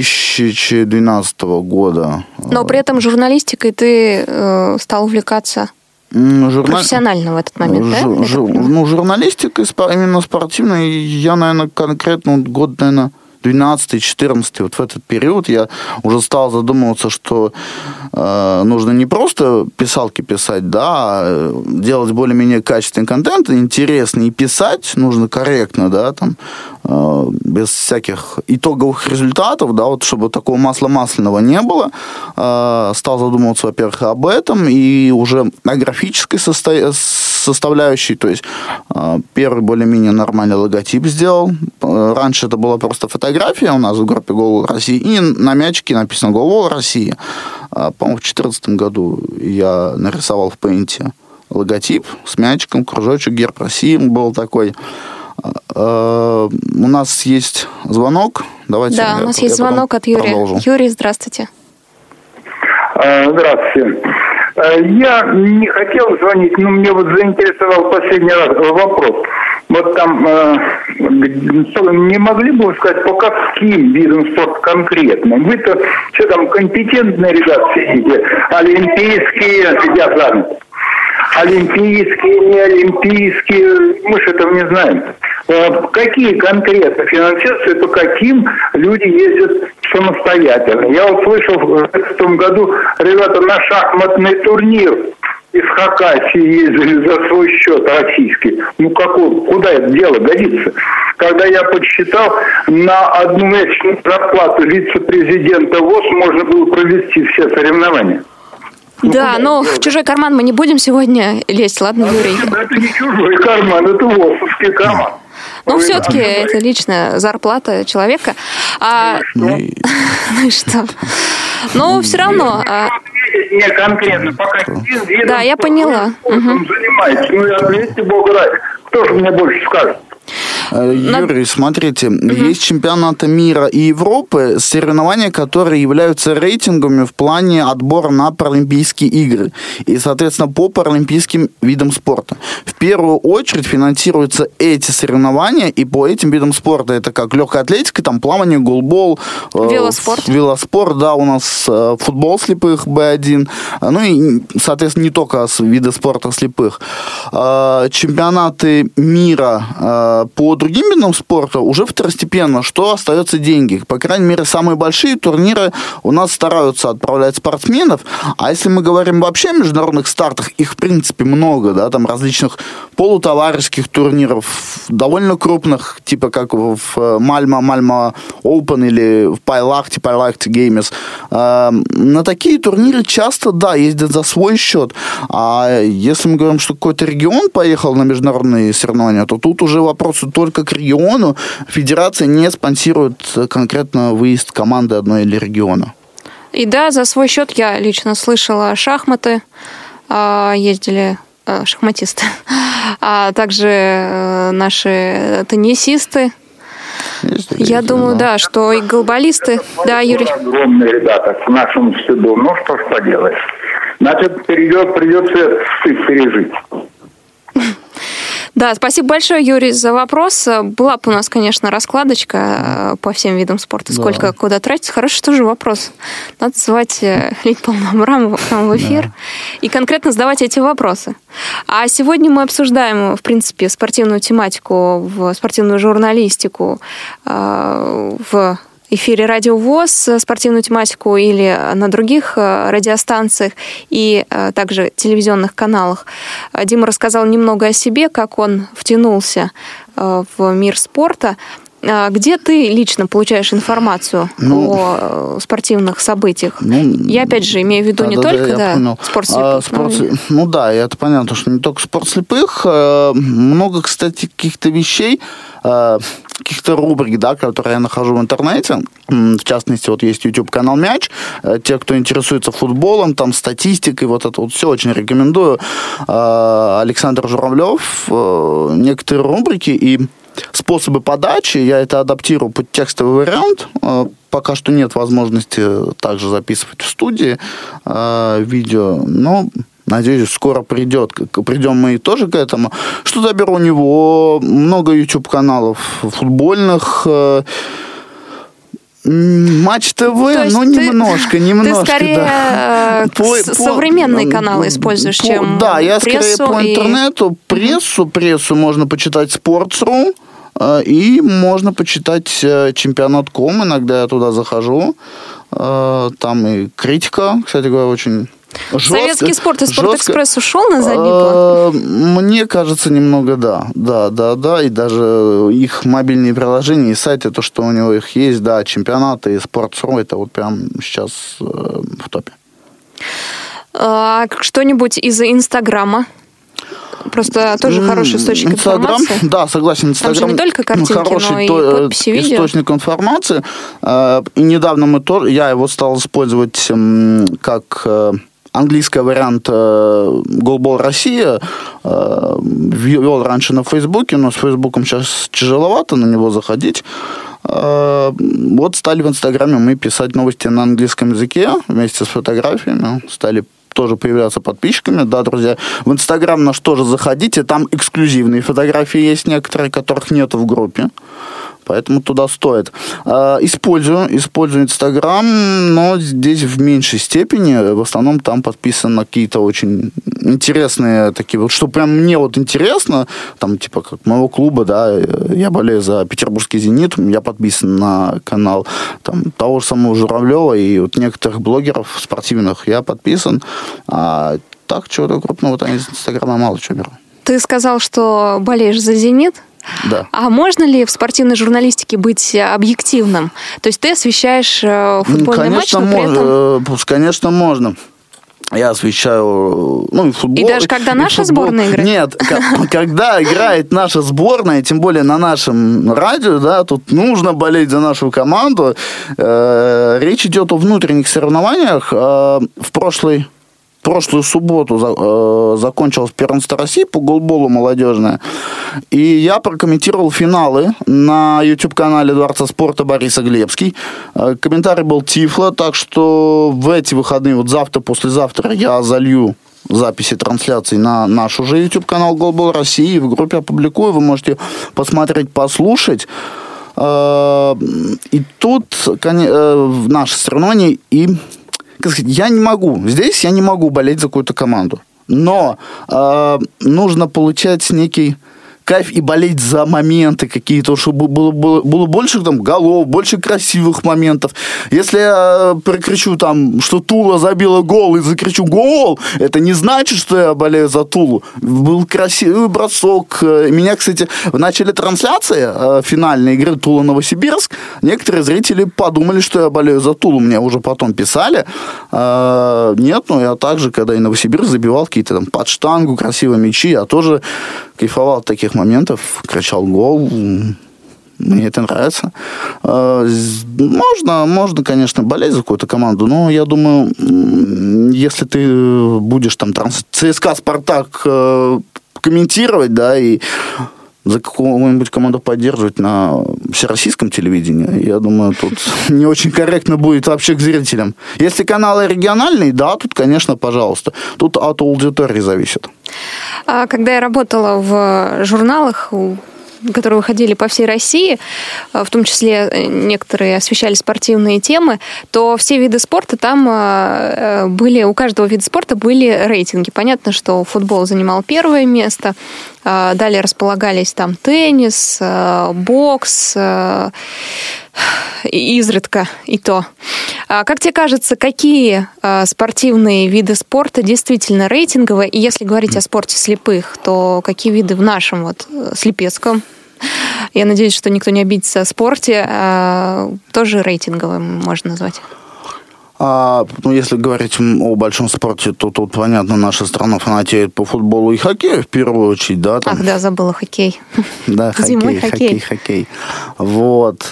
2012 года... Но при этом журналистикой ты стал увлекаться профессионально в этот момент, да? Журналистикой именно спортивной я, наверное, конкретно год, наверное, 12-14, вот в этот период я уже стал задумываться, что нужно не просто писалки писать, да, а делать более-менее качественный контент, интересный, и писать нужно корректно, да, там, без всяких итоговых результатов, да, вот чтобы такого масла масляного не было. Стал задумываться, во-первых, об этом, и уже о графической составляющей, то есть первый более-менее нормальный логотип сделал. Раньше это была просто фотография у нас в группе «Гол России», и на мячике написано «Гол России». По-моему, в 2014 году я нарисовал в Paint логотип с мячиком, кружочек, герб России был такой. У нас есть звонок. Давайте. Да, у нас есть звонок от Юрия. Продолжу. Юрий, здравствуйте. Здравствуйте. Я не хотел звонить, но мне вот заинтересовал последний раз вопрос. Вот там не могли бы вы сказать, по каким видам спорта конкретно? Вы-то что там, компетентные ребята сидите, олимпийские, я занят. Олимпийские, не олимпийские, мы же этого не знаем. Какие конкретно финансируются и по каким люди ездят самостоятельно? Я вот слышал в этом году ребята на шахматный турнир из Хакасии ездили за свой счет российский. Ну куда это дело годится? Когда я подсчитал, на одну месячную зарплату вице-президента ВОЗ можно было провести все соревнования. Да, но в чужой карман мы не будем сегодня лезть, ладно, Юрий? Это не чужой карман, это ВОЗовский карман. Ну, все-таки это личная зарплата человека. Ну и что? Но все равно... Не конкретно, по каким видам... Да, я поняла. Занимается. Ну, и ответьте, Бога ради. Кто же мне больше скажет? Юрий, смотрите, есть чемпионаты мира и Европы, соревнования, которые являются рейтингами в плане отбора на Паралимпийские игры. И, соответственно, по паралимпийским видам спорта. В первую очередь финансируются эти соревнования, и по этим видам спорта это как легкая атлетика, там плавание, голбол, велоспорт, да, у нас футбол слепых Б1, ну и, соответственно, не только виды спорта слепых. Чемпионаты мира по другим видам спорта уже второстепенно, что остается деньги. По крайней мере, самые большие турниры у нас стараются отправлять спортсменов, а если мы говорим вообще о международных стартах, их в принципе много, да, там различных полутоварищеских турниров, довольно крупных, типа как в Malmö Open или в Pailahti Games. На такие турниры часто, да, ездят за свой счет. А если мы говорим, что какой-то регион поехал на международные соревнования, то тут уже вопросы только к региону. Федерация не спонсирует конкретно выезд команды одной или региона. И да, за свой счет я лично слышала шахматы, ездили шахматисты, а также наши теннисисты. Я думаю, да, что и голболисты. Да, Юрий. Огромные ребята к нашему стыду. Ну, что ж поделать. Значит, придется стыд пережить. Да, спасибо большое, Юрий, за вопрос. Была бы у нас, конечно, раскладочка по всем видам спорта, сколько куда тратить. Хороший тоже вопрос. Надо звать Лидию Павловну Абрамову в эфир и конкретно задавать эти вопросы. А сегодня мы обсуждаем, в принципе, спортивную тематику, спортивную журналистику в эфире Радио ВОС, спортивную тематику или на других радиостанциях и также телевизионных каналах. Дима рассказал немного о себе, как он втянулся в мир спорта. Где ты лично получаешь информацию о спортивных событиях? Я, опять же, имею в виду не только спорт слепых. Ну да, это понятно, что не только спорт слепых. Много, кстати, каких-то вещей, каких-то рубрик, да, которые я нахожу в интернете. В частности, вот есть YouTube-канал «Мяч». Те, кто интересуется футболом, там, статистикой, вот это вот все очень рекомендую. Александр Журавлев, некоторые рубрики, и способы подачи, я это адаптирую под текстовый вариант. Пока что нет возможности также записывать в студии видео, но надеюсь, скоро придем мы тоже к этому. Что-то беру у него, много YouTube-каналов футбольных, Матч ТВ, ну, немножко. Ты скорее современные каналы используешь, чем да, я скорее по интернету. Прессу можно почитать Sports.ru, и можно почитать Чемпионат.ком, иногда я туда захожу. Там и критика, кстати говоря, очень... Советский спорт и Спортэкспресс ушел на задний план? Мне кажется, немного да. И даже их мобильные приложения и сайты, то, что у него их есть, да, чемпионаты и Sports.ru, это вот прям сейчас в топе. Что-нибудь из Инстаграма? Просто тоже хороший источник информации. Да, согласен. Инстаграм там же не только картинки, но и подписи, видео. Источник информации. И недавно я его стал использовать как английский вариант Голбол Россия. Вел раньше на Фейсбуке, но с Фейсбуком сейчас тяжеловато на него заходить. Вот стали в Инстаграме мы писать новости на английском языке вместе с фотографиями. Стали тоже появляться подписчиками. Да, друзья, в Инстаграм наш тоже заходите. Там эксклюзивные фотографии есть некоторые, которых нету в группе. Поэтому туда стоит. Использую Инстаграм, но здесь в меньшей степени. В основном там подписаны на какие-то очень интересные такие вот, что прям мне вот интересно, там типа как моего клуба, да, я болею за петербургский «Зенит», я подписан на канал там того же самого Журавлева и вот некоторых блогеров спортивных я подписан. А так чего-то крупного там из Инстаграма мало чего беру. Ты сказал, что болеешь за «Зенит»? Да. А можно ли в спортивной журналистике быть объективным? То есть ты освещаешь футбольный матч, но при этом... Конечно, можно. Я освещаю, и футбол. И даже когда наша сборная играет? Нет, когда играет наша сборная, тем более на нашем радио, да, тут нужно болеть за нашу команду. Речь идет о внутренних соревнованиях. В прошлую субботу закончилось первенство России по голболу молодежное. И я прокомментировал финалы на YouTube-канале Дворца спорта Бориса Глебский. Комментарий был Тифло, так что в эти выходные, вот завтра, послезавтра я залью записи трансляций на наш уже YouTube-канал Голбол России. В группе опубликую, вы можете посмотреть, послушать. И тут в наше соревнование я не могу болеть за какую-то команду. Но нужно получать некий кайф и болеть за моменты какие-то, чтобы было больше там голов, больше красивых моментов. Если я прикричу там, что Тула забила гол, и закричу «гол», это не значит, что я болею за Тулу. Был красивый бросок. Меня, кстати, в начале трансляции финальной игры Тула-Новосибирск некоторые зрители подумали, что я болею за Тулу. Мне уже потом писали. Нет, но я также, когда и Новосибирск забивал какие-то там под штангу, красивые мячи, я тоже кайфовал от таких моментов, кричал «гол». Мне это нравится. Можно, конечно, болеть за какую-то команду, но я думаю, если ты будешь там ЦСКА, Спартак комментировать, да, и за какую-нибудь команду поддерживать на всероссийском телевидении, я думаю, тут не очень корректно будет вообще к зрителям. Если каналы региональные, да, тут, конечно, пожалуйста. Тут от аудитории зависит. Когда я работала в журналах, которые выходили по всей России, в том числе некоторые освещали спортивные темы, то все виды спорта там были, у каждого вида спорта были рейтинги. Понятно, что футбол занимал первое место, далее располагались там теннис, бокс, изредка и то. Как тебе кажется, какие спортивные виды спорта действительно рейтинговые? И если говорить о спорте слепых, то какие виды в нашем слепецком? Я надеюсь, что никто не обидится о спорте. Тоже рейтинговым можно назвать. Если говорить о большом спорте, то тут, понятно, наша страна фанатеет по футболу и хоккею в первую очередь, да? Ах, да, забыла хоккей. Да, хоккей. Вот.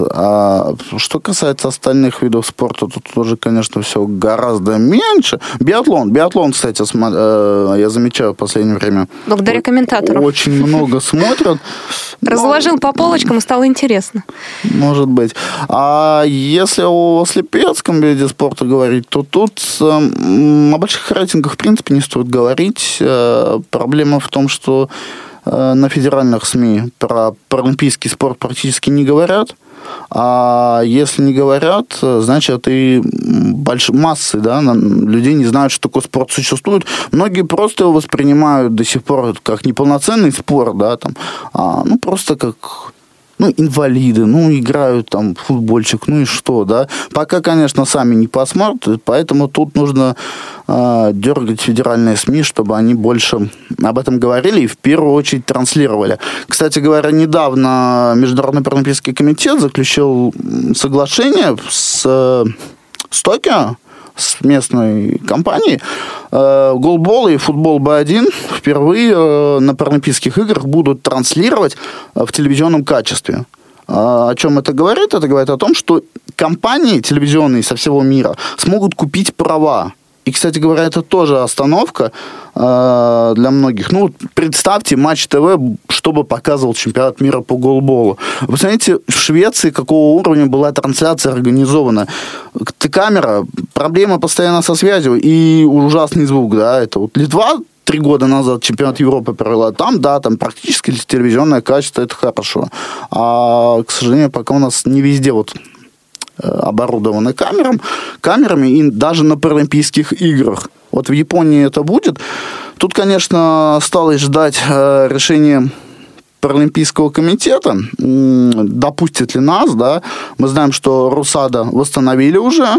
Что касается остальных видов спорта, тут тоже, конечно, все гораздо меньше. Биатлон, кстати, я замечаю в последнее время. Благодаря комментатору. Очень много смотрят. Разложил по полочкам, и стало интересно. Может быть. А если о слепецком виде спорта говорить, то тут о больших рейтингах, в принципе, не стоит говорить. Проблема в том, что на федеральных СМИ про паралимпийский спорт практически не говорят. А если не говорят, значит, и массы, да, людей не знают, что такой спорт существует. Многие просто его воспринимают до сих пор как неполноценный спорт, да, там, просто как... инвалиды, играют там в футбольчик, и что, да. Пока, конечно, сами не посмотрят, поэтому тут нужно дергать федеральные СМИ, чтобы они больше об этом говорили и в первую очередь транслировали. Кстати говоря, недавно Международный паралимпийский комитет заключил соглашение с Токио, с местной компанией. Голбол и футбол Б1 впервые на Паралимпийских играх будут транслировать в телевизионном качестве. О чем это говорит? Это говорит о том, что компании телевизионные со всего мира смогут купить права. И, кстати говоря, это тоже остановка для многих. Представьте Матч ТВ, чтобы показывал чемпионат мира по голболу. Вы знаете, в Швеции какого уровня была трансляция организована? Камера, проблема постоянно со связью и ужасный звук, да, это Литва 3 года назад чемпионат Европы провела. Там практически телевизионное качество, это хорошо. А, к сожалению, пока у нас не везде оборудованы камерами, и даже на Паралимпийских играх. В Японии это будет. Тут, конечно, осталось ждать решения Паралимпийского комитета. Допустит ли нас, да? Мы знаем, что Русада восстановили уже.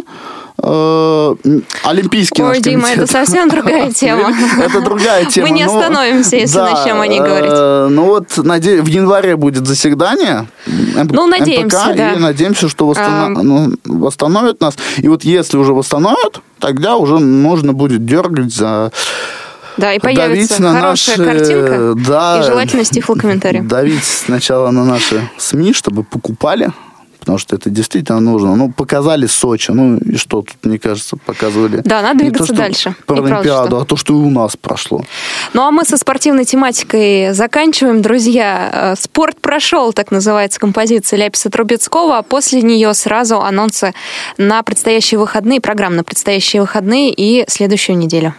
Олимпийский наш комитет. Дима, это совсем другая тема. Это другая тема. Мы не остановимся, если начнем о ней говорить. В январе будет заседание надеемся, МПК, да. И надеемся, что восстановят нас. И если уже восстановят, тогда уже можно будет дергать за... Да, и появится хорошая картинка и желательно с тифлокомментарием. Давить сначала на наши СМИ, чтобы покупали, потому что это действительно нужно. Показали Сочи, и что тут, мне кажется, показывали. Да, надо двигаться дальше. Паралимпиаду, а то, что и у нас прошло. А мы со спортивной тематикой заканчиваем. Друзья, спорт прошел, так называется композиция Ляписа Трубецкого, а после нее сразу анонсы на предстоящие выходные, программа на предстоящие выходные и следующую неделю.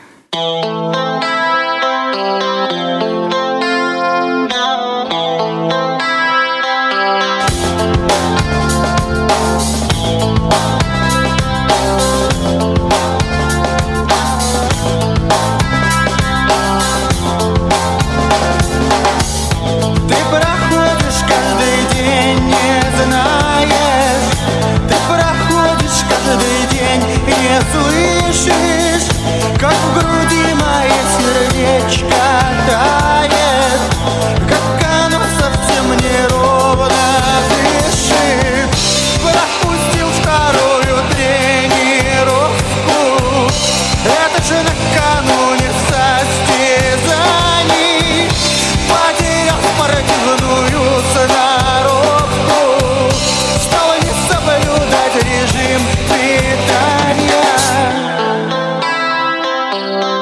Как в груди мое сердечко тает, как оно совсем неровно дышит. Пропустил вторую тренировку, это же накануне состязаний. Потерял спортивную сноровку, стало не соблюдать режим питания.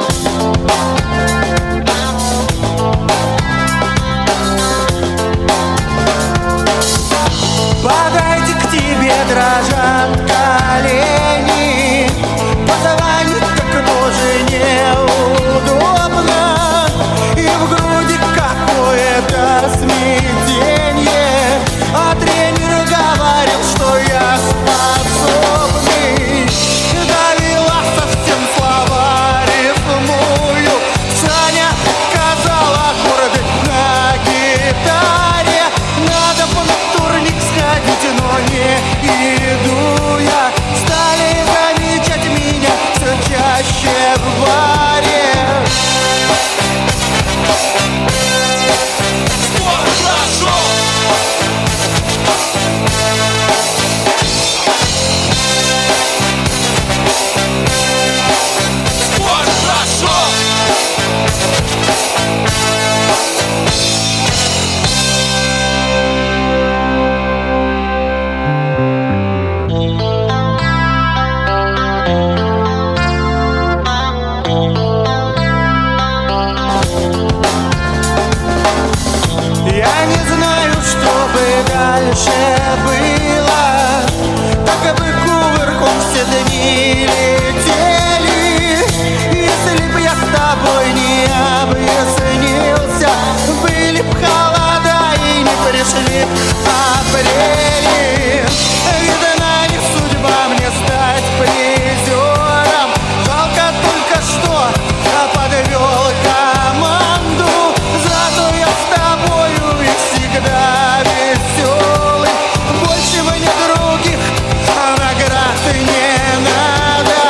Я не знаю, что бы дальше было, так бы кувырком все дни летели. Если б я с тобой не объяснился, были б холода и не пришли апрели. Видно, не судьба мне стать призером, жалко только что подвел команду. Зато я с тобою и всегда веселый. Больше мне других наград не надо.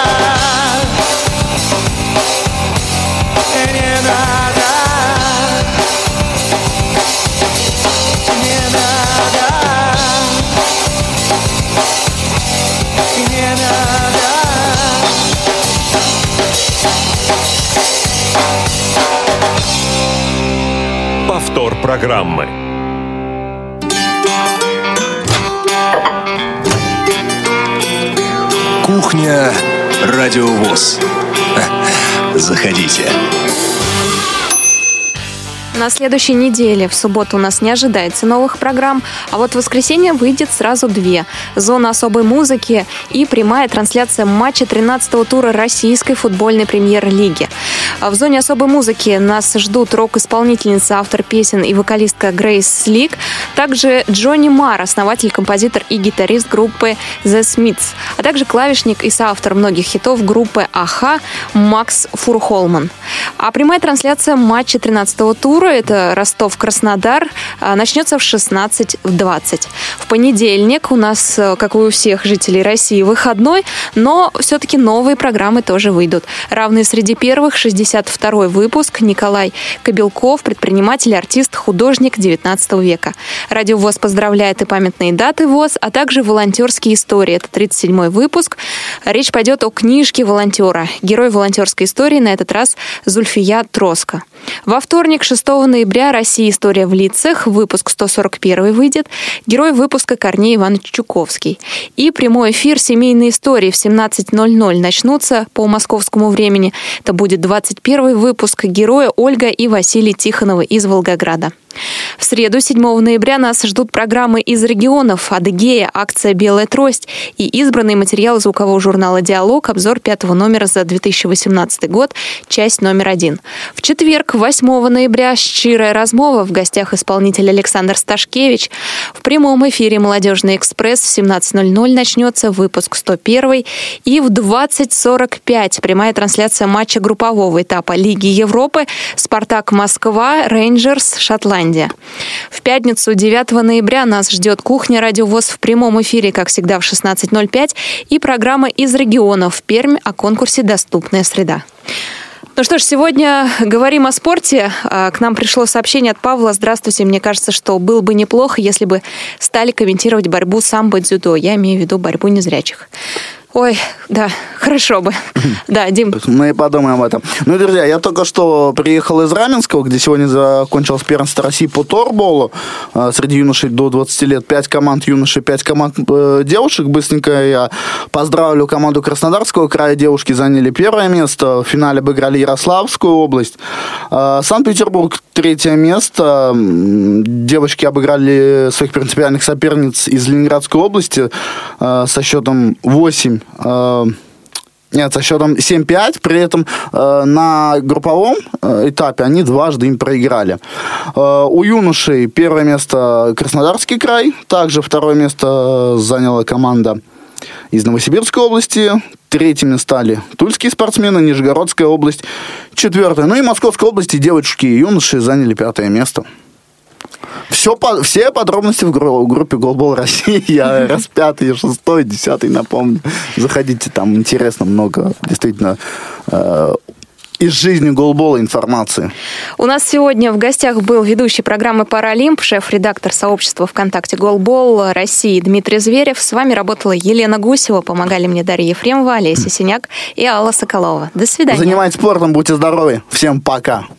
Не надо. Не надо. Не надо. Повтор программы. Кухня Радио ВОС. Заходите. На следующей неделе, в субботу, у нас не ожидается новых программ, а вот в воскресенье выйдет сразу 2. «Зона особой музыки» и прямая трансляция матча 13-го тура российской футбольной премьер-лиги. В «Зоне особой музыки» нас ждут рок-исполнительница, автор песен и вокалистка Грейс Слик, также Джонни Марр, основатель, композитор и гитарист группы The Smiths, а также клавишник и соавтор многих хитов группы «Аха» Макс Фурхолман. А прямая трансляция матча 13-го тура, это Ростов-Краснодар, начнется в 16:20. В понедельник у нас, как и у всех жителей России, выходной, но все-таки новые программы тоже выйдут. Равные среди первых 62-й выпуск. Николай Кобелков, предприниматель, артист, художник 19 века. Радио ВОС поздравляет и памятные даты ВОС, а также волонтерские истории. Это 37-й выпуск. Речь пойдет о книжке волонтера. Герой волонтерской истории на этот раз Зульфия Троско. Во вторник, 6 ноября, «Россия. История в лицах», выпуск 141 выйдет. Герой выпуска Корней Иванович Чуковский. И прямой эфир «Семейные истории» в 17:00 начнутся по московскому времени. Это будет 21 выпуск. Герои Ольга и Василий Тихоновы из Волгограда. В среду, 7 ноября, нас ждут программы из регионов: «Адыгея», акция «Белая трость» и избранный материал звукового журнала «Диалог», обзор 5-го номера за 2018 год, часть номер 1. В четверг, 8 ноября, «Щирая размова», в гостях исполнитель Александр Сташкевич. В прямом эфире «Молодежный экспресс» в 17:00 начнется выпуск 101, и в 20:45 прямая трансляция матча группового этапа Лиги Европы «Спартак Москва», «Рейнджерс», Шотландия. В пятницу, 9 ноября, нас ждет «Кухня Радио ВОС» в прямом эфире, как всегда, в 16:05, и программа из регионов Пермь о конкурсе «Доступная среда». Ну что ж, сегодня говорим о спорте. К нам пришло сообщение от Павла. Здравствуйте. Мне кажется, что было бы неплохо, если бы стали комментировать борьбу самбо-дзюдо. Я имею в виду борьбу незрячих. Ой, да, хорошо бы. Да, Дим. Мы подумаем об этом. Ну, друзья, я только что приехал из Раменского, где сегодня закончилось первенство России по торболу. Среди юношей до 20 лет 5 команд юношей, 5 команд девушек. Быстренько я поздравлю команду Краснодарского края. Девушки заняли первое место. В финале обыграли Ярославскую область. Санкт-Петербург третье место. Девочки обыграли своих принципиальных соперниц из Ленинградской области со счетом 7-5, при этом на групповом этапе они дважды им проиграли. У юношей первое место Краснодарский край, также второе место заняла команда из Новосибирской области, третьими стали тульские спортсмены, Нижегородская область, четвертое. Ну и Московской области девочки и юноши заняли 5 место. Все подробности в группе Голбол России. Я раз 5, 6, 10 напомню. Заходите, там интересно много, действительно, из жизни голбола информации. У нас сегодня в гостях был ведущий программы «Паралимп», шеф-редактор сообщества ВКонтакте «Голбол России» Дмитрий Зверев. С вами работала Елена Гусева, помогали мне Дарья Ефремова, Олеся Синяк и Алла Соколова. До свидания. Занимайтесь спортом, будьте здоровы. Всем пока.